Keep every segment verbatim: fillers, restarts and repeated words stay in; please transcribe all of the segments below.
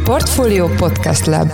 Portfolio Podcast Lab.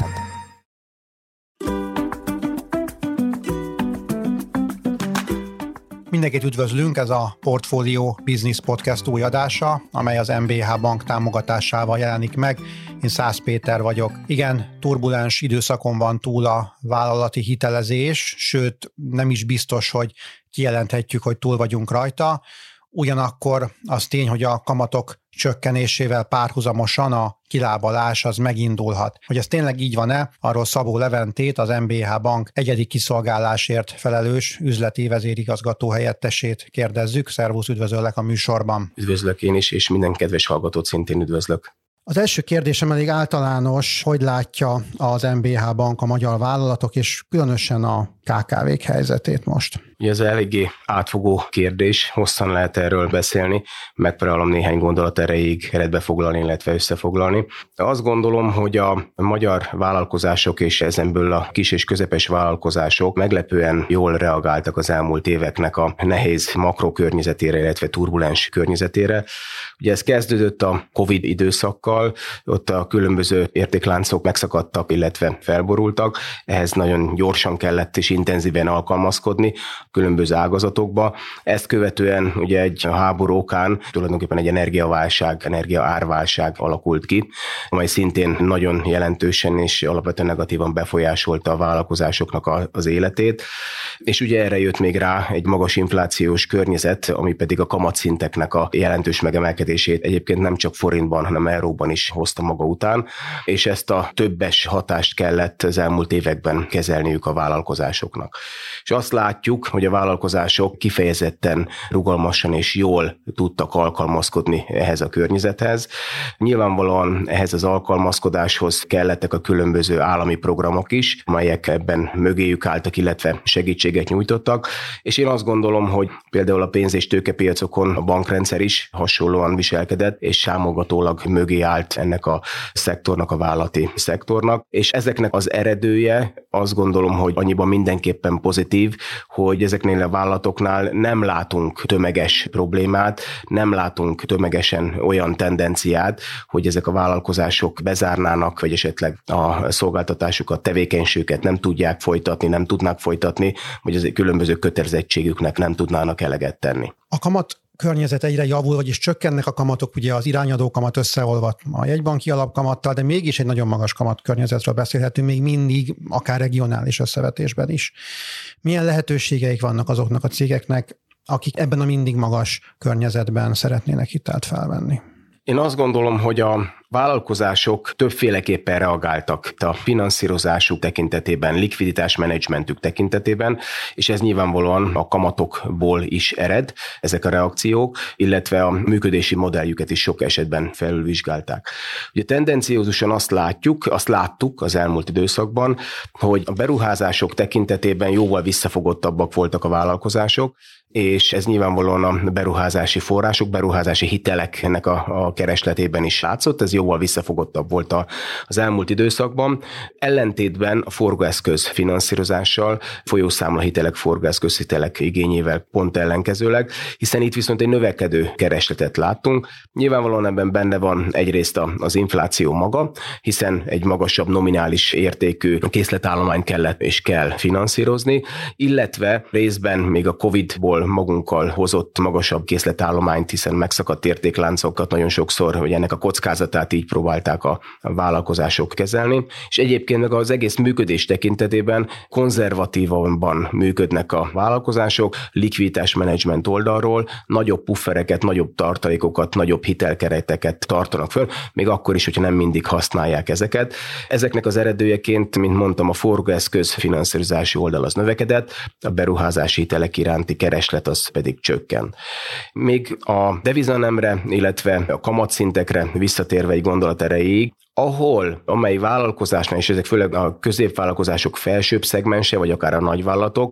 Mindenkit üdvözlünk, ez a Portfolio Business Podcast új adása, amely az em bé há Bank támogatásával jelenik meg. Én Szász Péter vagyok. Igen, turbulens időszakon van túl a vállalati hitelezés, sőt nem is biztos, hogy kijelenthetjük, hogy túl vagyunk rajta. Ugyanakkor az tény, hogy a kamatok csökkenésével párhuzamosan a kilábalás az megindulhat. Hogy ez tényleg így van-e, arról Szabó Leventét, az em bé há Bank egyedi kiszolgálásért felelős üzleti vezérigazgató helyettesét kérdezzük. Szervusz, üdvözöllek a műsorban. Üdvözlök én is, és minden kedves hallgatót szintén üdvözlök. Az első kérdésem elég általános, hogy látja az em bé há Bank a magyar vállalatok, és különösen a ká ká vék helyzetét most? Ugye ez eléggé átfogó kérdés, hosszan lehet erről beszélni, megpróbálom néhány gondolat erejéig keretbe foglalni, illetve összefoglalni. De azt gondolom, hogy a magyar vállalkozások és ezenből a kis és közepes vállalkozások meglepően jól reagáltak az elmúlt éveknek a nehéz makrokörnyezetére, illetve turbulens környezetére. Ugye ez kezdődött a Covid időszakkal, ott a különböző értékláncok megszakadtak, illetve felborultak, ehhez nagyon gyorsan kellett és intenzíven alkalmazkodni különböző ágazatokba. Ezt követően ugye egy háború okán tulajdonképpen egy energiaválság, energiaárválság alakult ki, amely szintén nagyon jelentősen és alapvetően negatívan befolyásolta a vállalkozásoknak az életét. És ugye erre jött még rá egy magas inflációs környezet, ami pedig a kamatszinteknek a jelentős megemelkedését egyébként nem csak forintban, hanem euróban is hozta maga után, és ezt a többes hatást kellett az elmúlt években kezelniük a vállalkozásoknak. És azt látjuk, hogy a vállalkozások kifejezetten rugalmasan és jól tudtak alkalmazkodni ehhez a környezethez. Nyilvánvalóan ehhez az alkalmazkodáshoz kellettek a különböző állami programok is, amelyek ebben mögéjük álltak, illetve segítséget nyújtottak, és én azt gondolom, hogy például a pénz- és tőkepiacokon a bankrendszer is hasonlóan viselkedett, és sámogatólag mögé állt ennek a szektornak, a vállalati szektornak, és ezeknek az eredője azt gondolom, hogy annyiban mindenképpen pozitív, hogy ezeknél a vállalatoknál nem látunk tömeges problémát, nem látunk tömegesen olyan tendenciát, hogy ezek a vállalkozások bezárnának, vagy esetleg a szolgáltatásukat, tevékenységüket nem tudják folytatni, nem tudnák folytatni, vagy az különböző kötelezettségüknek nem tudnának eleget tenni. A kamat környezet egyre javul, vagyis csökkennek a kamatok, ugye az irányadó kamat összeolvad a jegybanki alapkamattal, de mégis egy nagyon magas kamat környezetről beszélhetünk, még mindig akár regionális összevetésben is. Milyen lehetőségeik vannak azoknak a cégeknek, akik ebben a mindig magas környezetben szeretnének hitelt felvenni? Én azt gondolom, hogy a vállalkozások többféleképpen reagáltak a finanszírozásuk tekintetében, likviditásmenedzsmentük tekintetében, és ez nyilvánvalóan a kamatokból is ered, ezek a reakciók, illetve a működési modelljüket is sok esetben felülvizsgálták. Ugye tendenciózusan azt látjuk, azt láttuk az elmúlt időszakban, hogy a beruházások tekintetében jóval visszafogottabbak voltak a vállalkozások, és ez nyilvánvalóan a beruházási források, beruházási hiteleknek a, a keresletében is látszott, ez jóval visszafogottabb volt az elmúlt időszakban. Ellentétben a forgóeszköz finanszírozással, folyószámlahitelek, forgóeszközhitelek igényével pont ellenkezőleg, hiszen itt viszont egy növekedő keresletet láttunk. Nyilvánvalóan ebben benne van egyrészt az infláció maga, hiszen egy magasabb nominális értékű készletállományt kellett és kell finanszírozni, illetve részben még a Covidból magunkkal hozott magasabb készletállományt, hiszen megszakadt értékláncokat nagyon sokszor, hogy ennek a kockázatát így próbálták a, a vállalkozások kezelni, és egyébként meg az egész működés tekintetében konzervatívabban működnek a vállalkozások, likviditásmenedzsment oldalról, nagyobb puffereket, nagyobb tartalékokat, nagyobb hitelkereteket tartanak föl, még akkor is, hogyha nem mindig használják ezeket. Ezeknek az eredőjeként, mint mondtam, a forgóeszköz finanszírozási oldal az növekedett, a beruházási hitelek iránti kereslet az pedig csökken. Még a devizanemre, illetve a kamatszintekre visszatérve egy gondolat erejéig, ahol, amely vállalkozásnál, és ezek főleg a középvállalkozások felsőbb szegmense, vagy akár a nagyvállalatok,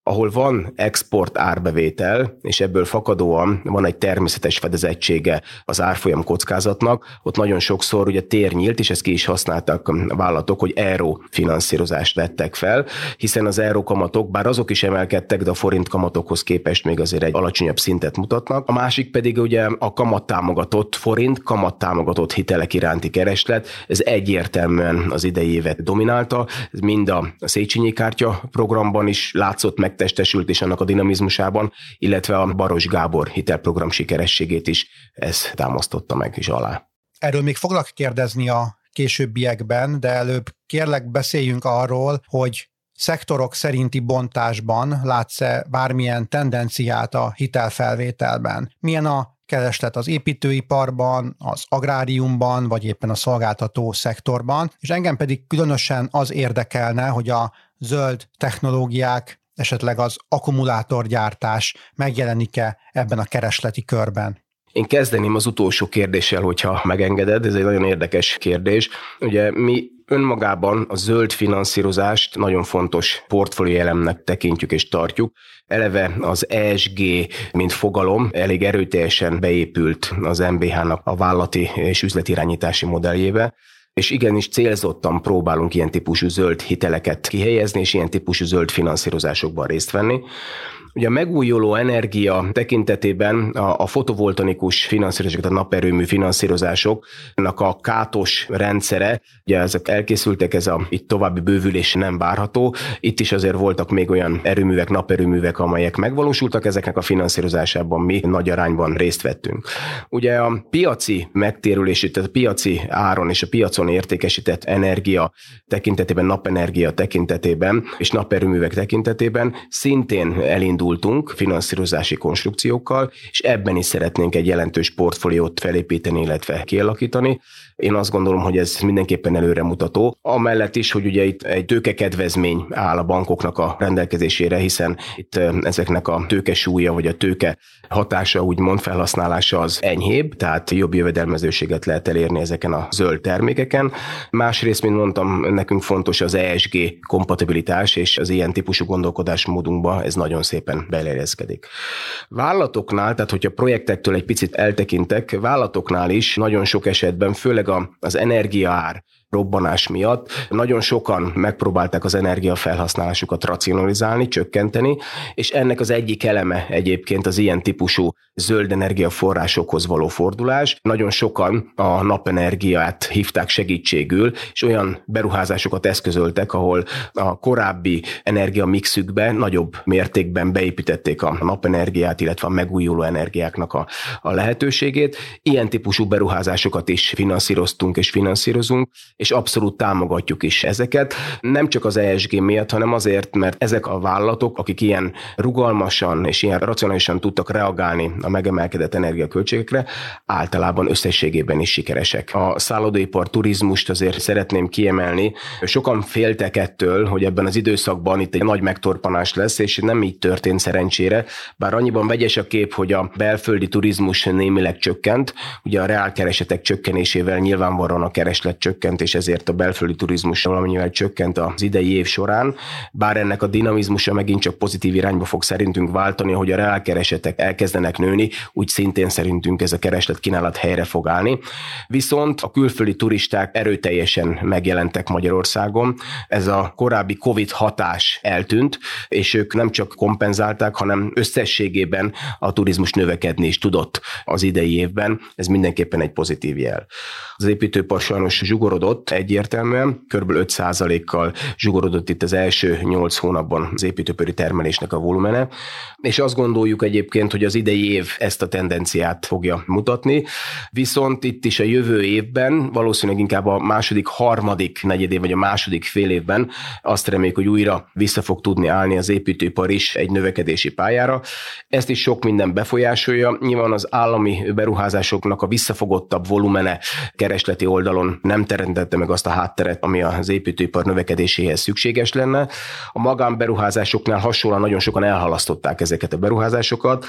ahol van export árbevétel, és ebből fakadóan van egy természetes fedezettsége az árfolyam kockázatnak, ott nagyon sokszor ugye tér nyílt, és ezt ki is használtak a vállalatok, hogy euró finanszírozást vettek fel, hiszen az euró kamatok, bár azok is emelkedtek, de a forint kamatokhoz képest még azért egy alacsonyabb szintet mutatnak. A másik pedig ugye a kamattámogatott forint, kamattámogatott hitelek iránti kereslet, ez egyértelműen az idei évet dominálta, ez mind a Széchenyi kártya programban is látszott, megtestesült és annak a dinamizmusában, illetve a Baros Gábor hitelprogram sikerességét is ez támasztotta meg is alá. Erről még foglak kérdezni a későbbiekben, de előbb kérlek beszéljünk arról, hogy szektorok szerinti bontásban látsz-e bármilyen tendenciát a hitelfelvételben? Milyen a kereslet az építőiparban, az agráriumban, vagy éppen a szolgáltató szektorban, és engem pedig különösen az érdekelne, hogy a zöld technológiák, esetleg az akkumulátorgyártás megjelenik-e ebben a keresleti körben? Én kezdeném az utolsó kérdéssel, hogyha megengeded, ez egy nagyon érdekes kérdés. Ugye mi önmagában a zöld finanszírozást nagyon fontos portfólió elemnek tekintjük és tartjuk. Eleve az E S G, mint fogalom, elég erőteljesen beépült az em bé há-nak a vállalati és üzletirányítási modelljébe, és igenis célzottan próbálunk ilyen típusú zöld hiteleket kihelyezni, és ilyen típusú zöld finanszírozásokban részt venni. Ugye a megújuló energia tekintetében a, a fotovoltanikus finanszírozások, a naperőmű finanszírozásoknak a kátos rendszere, ugye ezek elkészültek, ez a itt további bővülés nem várható. Itt is azért voltak még olyan erőművek, naperőművek, amelyek megvalósultak, ezeknek a finanszírozásában mi nagy arányban részt vettünk. Ugye a piaci megtérülését, tehát a piaci áron és a piacon értékesített energia tekintetében, napenergia tekintetében és naperőművek tekintetében szintén elindult finanszírozási konstrukciókkal, és ebben is szeretnénk egy jelentős portfóliót felépíteni, illetve kialakítani. Én azt gondolom, hogy ez mindenképpen előremutató. Amellett is, hogy ugye itt egy tőkekedvezmény áll a bankoknak a rendelkezésére, hiszen itt ezeknek a tőke súlya, vagy a tőke hatása, úgymond felhasználása az enyhébb, tehát jobb jövedelmezőséget lehet elérni ezeken a zöld termékeken. Másrészt, mint mondtam, nekünk fontos az E S G kompatibilitás, és az ilyen típusú gondolkodásmódunkba ez nagyon szépen beilleszkedik. Vállalatoknál, tehát hogyha projektektől egy picit eltekintek, vállalatoknál is nagyon sok esetben, főleg az energiaár robbanás miatt nagyon sokan megpróbálták az energiafelhasználásukat racionalizálni, csökkenteni, és ennek az egyik eleme egyébként az ilyen típusú zöld energiaforrásokhoz való fordulás. Nagyon sokan a napenergiát hívták segítségül, és olyan beruházásokat eszközöltek, ahol a korábbi energiamixükbe nagyobb mértékben beépítették a napenergiát, illetve a megújuló energiáknak a, a lehetőségét. Ilyen típusú beruházásokat is finanszíroztunk és finanszírozunk, és abszolút támogatjuk is ezeket. Nem csak az E S G miatt, hanem azért, mert ezek a vállalatok, akik ilyen rugalmasan és ilyen racionálisan tudtak reagálni a megemelkedett energiaköltségekre, általában összességében is sikeresek. A szállodaipar, turizmust azért szeretném kiemelni. Sokan féltek ettől, hogy ebben az időszakban itt egy nagy megtorpanás lesz, és nem így történt szerencsére, bár annyiban vegyes a kép, hogy a belföldi turizmus némileg csökkent, ugye a reálkeresetek csökkenésével nyilvánvalóan a kereslet csökkent, és ezért a belföldi turizmus valamennyivel csökkent az idei év során, bár ennek a dinamizmusa megint csak pozitív irányba fog szerintünk váltani, hogy a reálkeresetek elkezdenek nőni, úgy szintén szerintünk ez a kereslet kínálat helyre fog állni. Viszont a külföldi turisták erőteljesen megjelentek Magyarországon, ez a korábbi Covid hatás eltűnt, és ők nem csak kompenzálták, hanem összességében a turizmus növekedni is tudott az idei évben, ez mindenképpen egy pozitív jel. Az építőipar sajnos zsugorodott egyértelműen, kb. öt százalékkal zsugorodott itt az első nyolc hónapban az építőipari termelésnek a volumene, és azt gondoljuk egyébként, hogy az idei év ezt a tendenciát fogja mutatni, viszont itt is a jövő évben, valószínűleg inkább a második, harmadik negyedév, vagy a második fél évben azt reméljük, hogy újra vissza fog tudni állni az építőipar is egy növekedési pályára. Ezt is sok minden befolyásolja. Nyilván az állami beruházásoknak a visszafogottabb volumene keresleti oldalon nem teremtette meg azt a hátteret, ami az építőipar növekedéséhez szükséges lenne. A magánberuházásoknál hasonlóan nagyon sokan elhalasztották ezeket a beruházásokat.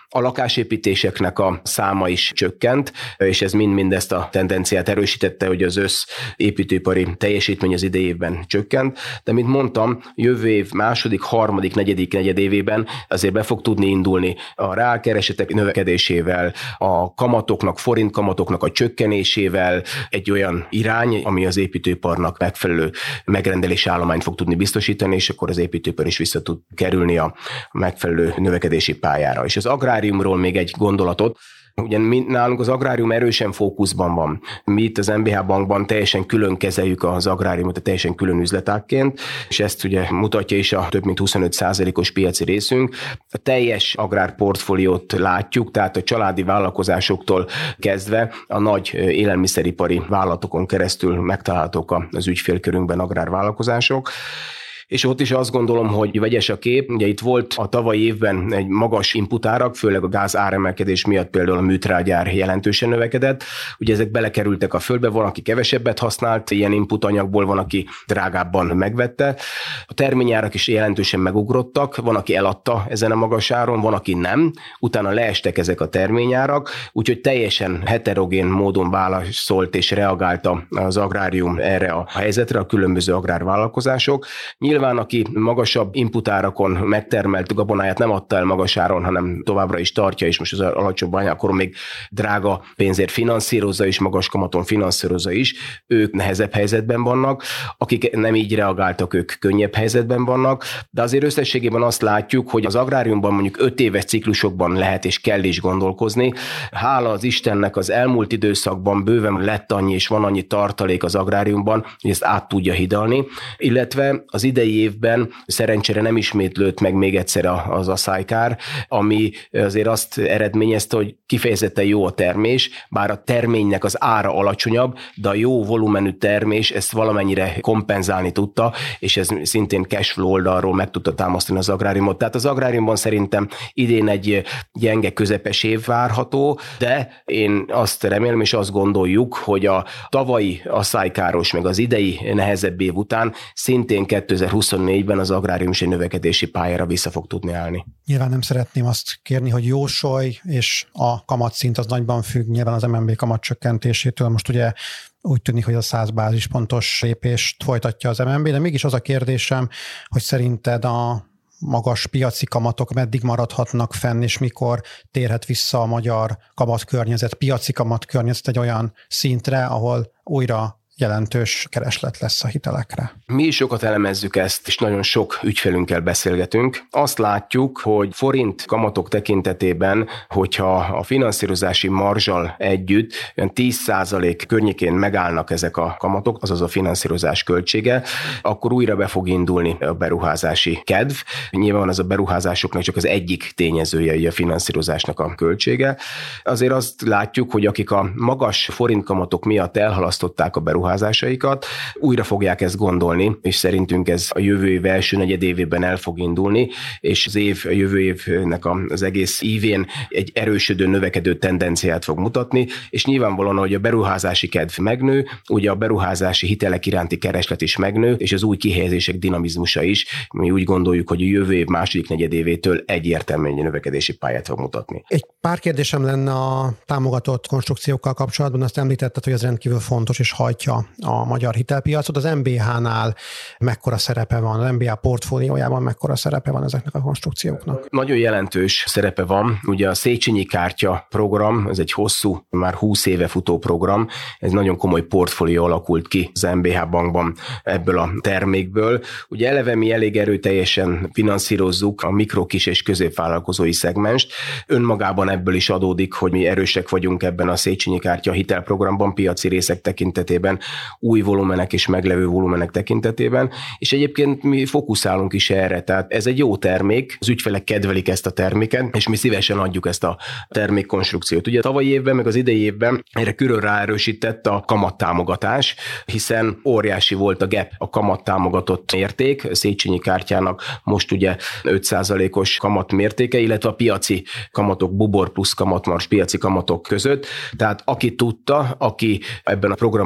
A lakásépítéseknek a száma is csökkent, és ez mind-mind ezt a tendenciát erősítette, hogy az össz építőipari teljesítmény az idei évben csökkent, de mint mondtam, jövő év második, harmadik, negyedik negyedévében azért be fog tudni indulni a reálkeresetek növekedésével, a kamatoknak, forint kamatoknak a csökkenésével egy olyan irány, ami az építőiparnak megfelelő megrendelési állományt fog tudni biztosítani, és akkor az építőipar is vissza tud kerülni a megfelelő növekedési pályára. És az agráriumról még egy gondolatot. Ugye mi, nálunk az agrárium erősen fókuszban van. Mi itt az em bé há Bankban teljesen külön kezeljük az agráriumot, teljesen külön üzletágként, és ezt ugye mutatja is a több mint huszonöt százalékos piaci részünk. A teljes agrárportfóliót látjuk, tehát a családi vállalkozásoktól kezdve a nagy élelmiszeripari vállalatokon keresztül megtalálhatók az ügyfélkörünkben agrárvállalkozások. És ott is azt gondolom, hogy vegyes a kép. Ugye itt volt a tavalyi évben egy magas inputárak, főleg a gáz áremelkedés miatt például a műtrágyár jelentősen növekedett. Ugye ezek belekerültek a földbe, van, aki kevesebbet használt ilyen input anyagból, van, aki drágábban megvette. A terményárak is jelentősen megugrottak, van, aki eladta ezen a magas áron, van, aki nem. Utána leestek ezek a terményárak, úgyhogy teljesen heterogén módon válaszolt és reagálta az agrárium erre a helyzetre, a különböző agrárvállalkozások. Nyilván, aki magasabb inputárakon megtermelt gabonáját nem adta el magas áron, hanem továbbra is tartja, és most az alacsony bányákor még drága pénzért finanszírozza és magas kamaton finanszírozza is, ők nehezebb helyzetben vannak, akik nem így reagáltak, ők könnyebb helyzetben vannak, de azért összességében azt látjuk, hogy az agráriumban mondjuk öt éves ciklusokban lehet és kell is gondolkozni. Hála az Istennek az elmúlt időszakban bőven lett annyi és van annyi tartalék az agráriumban, hogy ezt át tudja hidalni, illetve az idei évben szerencsére nem ismétlődött meg még egyszer az asszálykár, ami azért azt eredményezte, hogy kifejezetten jó a termés, bár a terménynek az ára alacsonyabb, de a jó volumenű termés ezt valamennyire kompenzálni tudta, és ez szintén cashflow oldalról meg tudta támasztani az agráriumot. Tehát az agráriumban szerintem idén egy gyenge közepes év várható, de én azt remélem és azt gondoljuk, hogy a tavalyi asszánykáros meg az idei nehezebb év után szintén kétezer-huszonnégyben az agrárium is egy növekedési pályára vissza fog tudni állni. Nyilván nem szeretném azt kérni, hogy jósolj, és a kamatszint az nagyban függ nyilván az em en bé kamat csökkentésétől. Most ugye úgy tűnik, hogy a száz bázispontos lépést folytatja az em en bé, de mégis az a kérdésem, hogy szerinted a magas piaci kamatok meddig maradhatnak fenn, és mikor térhet vissza a magyar kamatkörnyezet, piaci kamatkörnyezet egy olyan szintre, ahol újra jelentős kereslet lesz a hitelekre. Mi is sokat elemezzük ezt, és nagyon sok ügyfelünkkel beszélgetünk. Azt látjuk, hogy forint kamatok tekintetében, hogyha a finanszírozási marzsal együtt olyan tíz százalék környékén megállnak ezek a kamatok, azaz a finanszírozás költsége, akkor újra be fog indulni a beruházási kedv. Nyilván az a beruházásoknak csak az egyik tényezője a finanszírozásnak a költsége. Azért azt látjuk, hogy akik a magas forint kamatok miatt elhalasztották a beruházásokat, beruházásaikat, újra fogják ezt gondolni, és szerintünk ez a jövő év első negyedévében el fog indulni, és az év, a jövő évnek az egész ívén egy erősödő, növekedő tendenciát fog mutatni, és nyilvánvalóan, hogy a beruházási kedv megnő, ugye a beruházási hitelek iránti kereslet is megnő, és az új kihelyezések dinamizmusa is. Mi úgy gondoljuk, hogy a jövő év második negyedévétől egyértelműen növekedési pályát fog mutatni. Egy pár kérdésem lenne a támogatott konstrukciókkal kapcsolatban, azt említetted, hogy ez rendkívül fontos és hajtja a magyar hitelpiacot. Az em bé há-nál mekkora szerepe van, az em bé há portfóliójában mekkora szerepe van ezeknek a konstrukcióknak? Nagyon jelentős szerepe van. Ugye a Széchenyi kártya program, ez egy hosszú, már húsz éve futó program, ez nagyon komoly portfólió alakult ki az em bé há Bankban ebből a termékből. Ugye eleve mi elég erőteljesen finanszírozzuk a mikro, kis és középvállalkozói szegmenst. Önmagában ebből is adódik, hogy mi erősek vagyunk ebben a Széchenyi kártya hitelprogramban, piaci részek tekintetében, új volumenek és meglevő volumenek tekintetében, és egyébként mi fókuszálunk is erre, tehát ez egy jó termék, az ügyfelek kedvelik ezt a terméket, és mi szívesen adjuk ezt a termékkonstrukciót. Ugye a tavalyi évben, meg az idei évben erre külön ráerősített a kamattámogatás, hiszen óriási volt a gap, a kamattámogatott mérték, a Széchenyi kártyának most ugye öt százalékos kamat mértéke, illetve a piaci kamatok, bubor plusz kamatmars piaci kamatok között, tehát aki tudta, aki ebben a programban részt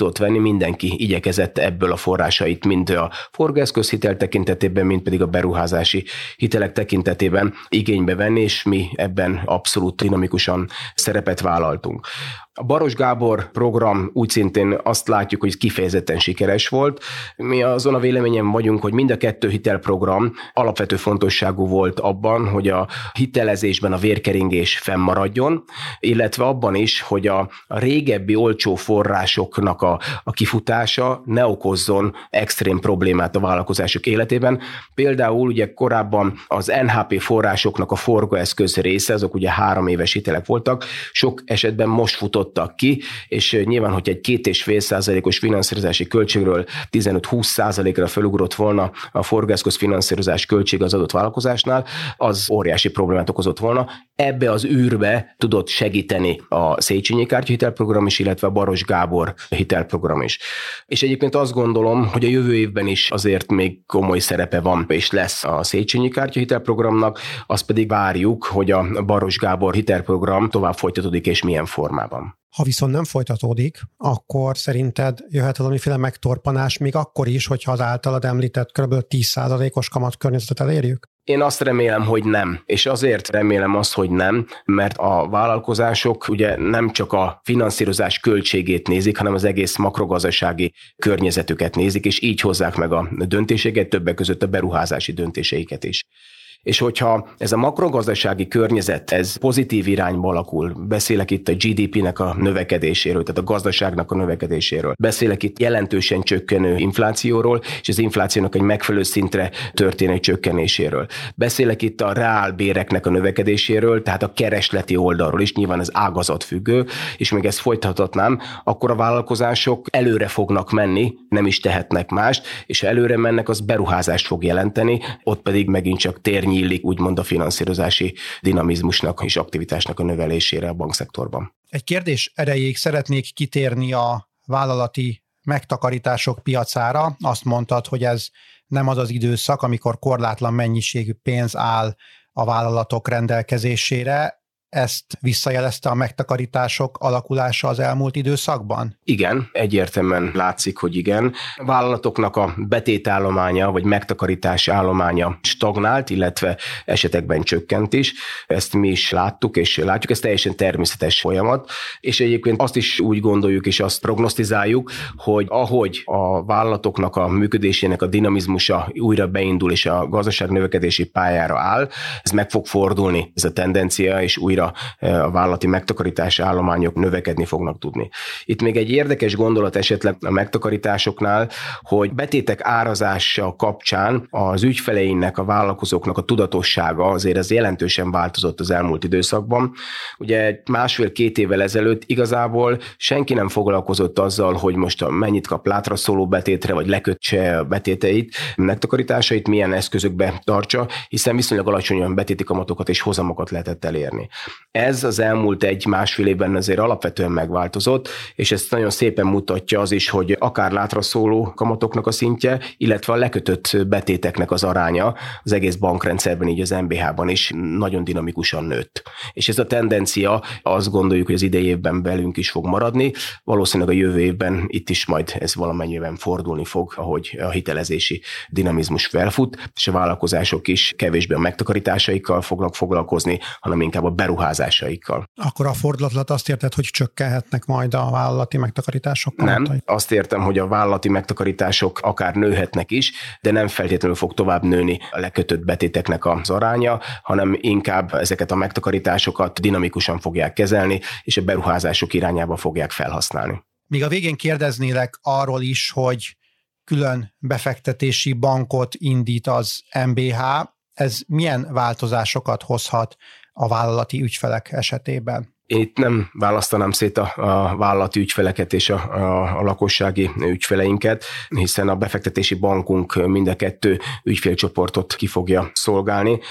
tudott venni, mindenki igyekezett ebből a forrásait mind a forgóeszközhitel tekintetében, mind pedig a beruházási hitelek tekintetében igénybe venni, és mi ebben abszolút dinamikusan szerepet vállaltunk. A Baross Gábor program úgy szintén azt látjuk, hogy kifejezetten sikeres volt. Mi azon a véleményen vagyunk, hogy mind a kettő hitelprogram alapvető fontosságú volt abban, hogy a hitelezésben a vérkeringés fennmaradjon, illetve abban is, hogy a, a régebbi olcsó forrásoknak a, a kifutása ne okozzon extrém problémát a vállalkozások életében. Például ugye korábban az en há pé forrásoknak a forgóeszköz része, azok ugye három éves hitelek voltak, sok esetben most futott ki, és nyilván, hogy egy két és fél százalékos finanszírozási költségről tizenöt-húsz százalékra felugrott volna a forgóeszköz finanszírozás költség az adott vállalkozásnál, az óriási problémát okozott volna. Ebbe az űrbe tudott segíteni a Széchenyi Kártya hitelprogram is, illetve a Baross Gábor hitelprogram is. És egyébként azt gondolom, hogy a jövő évben is azért még komoly szerepe van, és lesz a Széchenyi Kártya hitelprogramnak, azt pedig várjuk, hogy a Baross Gábor hitelprogram tovább folytatódik, és milyen formában. Ha viszont nem folytatódik, akkor szerinted jöhet valamiféle megtorpanás még akkor is, hogyha az általad említett kb. tíz százalékos kamatkörnyezetet elérjük? Én azt remélem, hogy nem. És azért remélem azt, hogy nem, mert a vállalkozások ugye nem csak a finanszírozás költségét nézik, hanem az egész makrogazdasági környezetüket nézik, és így hozzák meg a döntéseket, többek között a beruházási döntéseiket is. És hogyha ez a makrogazdasági környezet, ez pozitív irányba alakul, beszélek itt a gé dé pének a növekedéséről, tehát a gazdaságnak a növekedéséről, beszélek itt jelentősen csökkenő inflációról, és az inflációnak egy megfelelő szintre történő csökkenéséről. Beszélek itt a reálbéreknek a növekedéséről, tehát a keresleti oldalról is, nyilván ez ágazat függő, és még ezt folytathatnám, akkor a vállalkozások előre fognak menni, nem is tehetnek mást, és ha előre mennek, az beruházást fog jelenteni, ott pedig megint csak tér nyílik úgymond a finanszírozási dinamizmusnak és aktivitásnak a növelésére a bankszektorban. Egy kérdés erejéig szeretnék kitérni a vállalati megtakarítások piacára. Azt mondtad, hogy ez nem az az időszak, amikor korlátlan mennyiségű pénz áll a vállalatok rendelkezésére. Ezt visszajelezte a megtakarítások alakulása az elmúlt időszakban? Igen, egyértelműen látszik, hogy igen. A vállalatoknak a betétállománya vagy megtakarítási állománya stagnált, illetve esetekben csökkent is. Ezt mi is láttuk, és látjuk, ez teljesen természetes folyamat. És egyébként azt is úgy gondoljuk, és azt prognosztizáljuk, hogy ahogy a vállalatoknak a működésének a dinamizmusa újra beindul, és a gazdaság növekedési pályára áll, ez meg fog fordulni, ez a tendencia, és újra a vállalati megtakarítási állományok növekedni fognak tudni. Itt még egy érdekes gondolat esetleg a megtakarításoknál, hogy betétek árazása kapcsán az ügyfeleinek, a vállalkozóknak a tudatossága azért ez jelentősen változott az elmúlt időszakban. Ugye másfél-két évvel ezelőtt igazából senki nem foglalkozott azzal, hogy most mennyit kap látra szóló betétre, vagy lekötse a betéteit, megtakarításait, milyen eszközökbe tartsa, hiszen viszonylag alacsonyan betéti kamatokat és hozamokat lehetett elérni. Ez az elmúlt egy-másfél évben azért alapvetően megváltozott, és ezt nagyon szépen mutatja az is, hogy akár látra szóló kamatoknak a szintje, illetve a lekötött betéteknek az aránya az egész bankrendszerben, így az en bé há-ban is nagyon dinamikusan nőtt. És ez a tendencia, azt gondoljuk, hogy az idei évben belünk is fog maradni, valószínűleg a jövő évben itt is majd ez valamennyiben fordulni fog, ahogy a hitelezési dinamizmus felfut, és a vállalkozások is kevésbé a megtakarításaikkal fognak foglalkozni, hanem inkább a beruházásaikkal. Akkor a fordulatlat azt érted, hogy csökkenhetnek majd a vállalati megtakarítások kamatai? Nem, azt értem, hogy a vállalati megtakarítások akár nőhetnek is, de nem feltétlenül fog tovább nőni a lekötött betéteknek az aránya, hanem inkább ezeket a megtakarításokat dinamikusan fogják kezelni, és a beruházások irányába fogják felhasználni. Még a végén kérdeznélek arról is, hogy külön befektetési bankot indít az en bé há. Ez milyen változásokat hozhat a vállalati ügyfelek esetében? Én itt nem választanám szét a, a vállalati ügyfeleket és a, a, a lakossági ügyfeleinket, hiszen a befektetési bankunk mind a kettő ügyfélcsoportot ki fogja szolgálni.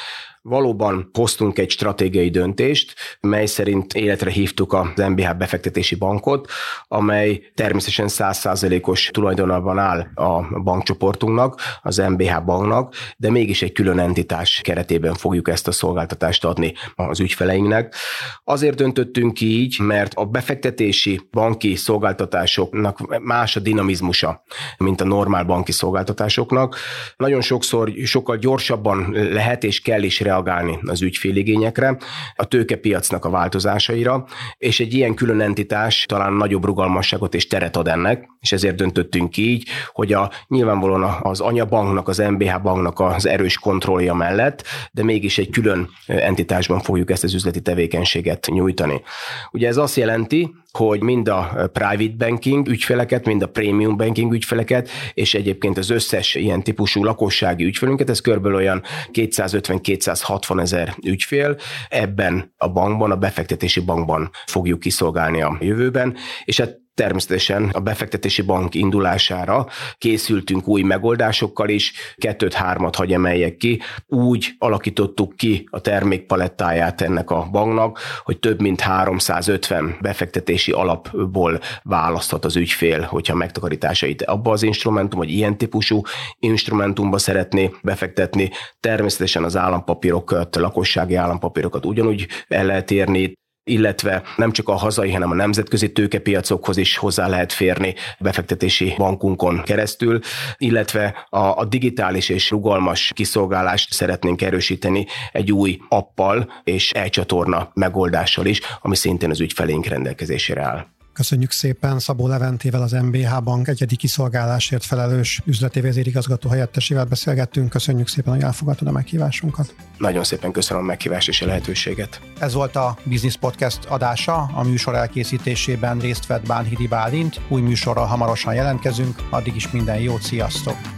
valóban hoztunk egy stratégiai döntést, mely szerint életre hívtuk az em bé há befektetési bankot, amely természetesen száz százalékos tulajdonában áll a bankcsoportunknak, az em bé há banknak, de mégis egy külön entitás keretében fogjuk ezt a szolgáltatást adni az ügyfeleinknek. Azért döntöttünk így, mert a befektetési banki szolgáltatásoknak más a dinamizmusa, mint a normál banki szolgáltatásoknak. Nagyon sokszor sokkal gyorsabban lehet és kell is reagálni az ügyféligényekre, a tőkepiacnak a változásaira, és egy ilyen külön entitás talán nagyobb rugalmasságot és teret ad ennek, és ezért döntöttünk így, hogy a nyilvánvalóan az anyabanknak, az em bé há banknak az erős kontrollja mellett, de mégis egy külön entitásban fogjuk ezt az üzleti tevékenységet nyújtani. Ugye ez azt jelenti, hogy mind a private banking ügyfeleket, mind a premium banking ügyfeleket, és egyébként az összes ilyen típusú lakossági ügyfelünket, ez körülbelül olyan kétszázötven-kétszázhatvan ezer ügyfél, ebben a bankban, a befektetési bankban fogjuk kiszolgálni a jövőben, és hát természetesen a befektetési bank indulására készültünk új megoldásokkal is, kettőt-hármat hagy emeljek ki, úgy alakítottuk ki a termékpalettáját ennek a banknak, hogy több mint háromszázötven befektetési alapból választhat az ügyfél, hogyha megtakarításait abba az instrumentum, vagy ilyen típusú instrumentumba szeretné befektetni. Természetesen az állampapírokat, lakossági állampapírokat ugyanúgy el lehet érni, illetve nem csak a hazai, hanem a nemzetközi tőkepiacokhoz is hozzá lehet férni befektetési bankunkon keresztül, illetve a, a digitális és rugalmas kiszolgálást szeretnénk erősíteni egy új appal és e-csatorna megoldással is, ami szintén az ügyfeleink rendelkezésére áll. Köszönjük szépen Szabó Leventével, az em bé há Bank egyedi kiszolgálásért felelős üzleti vezérigazgató helyettesével beszélgettünk. Köszönjük szépen, hogy elfogadtad a meghívásunkat. Nagyon szépen köszönöm a meghívást és a lehetőséget. Ez volt a Business Podcast adása. A műsor elkészítésében részt vett Bánhidi Bálint. Új műsorral hamarosan jelentkezünk. Addig is minden jót, sziasztok!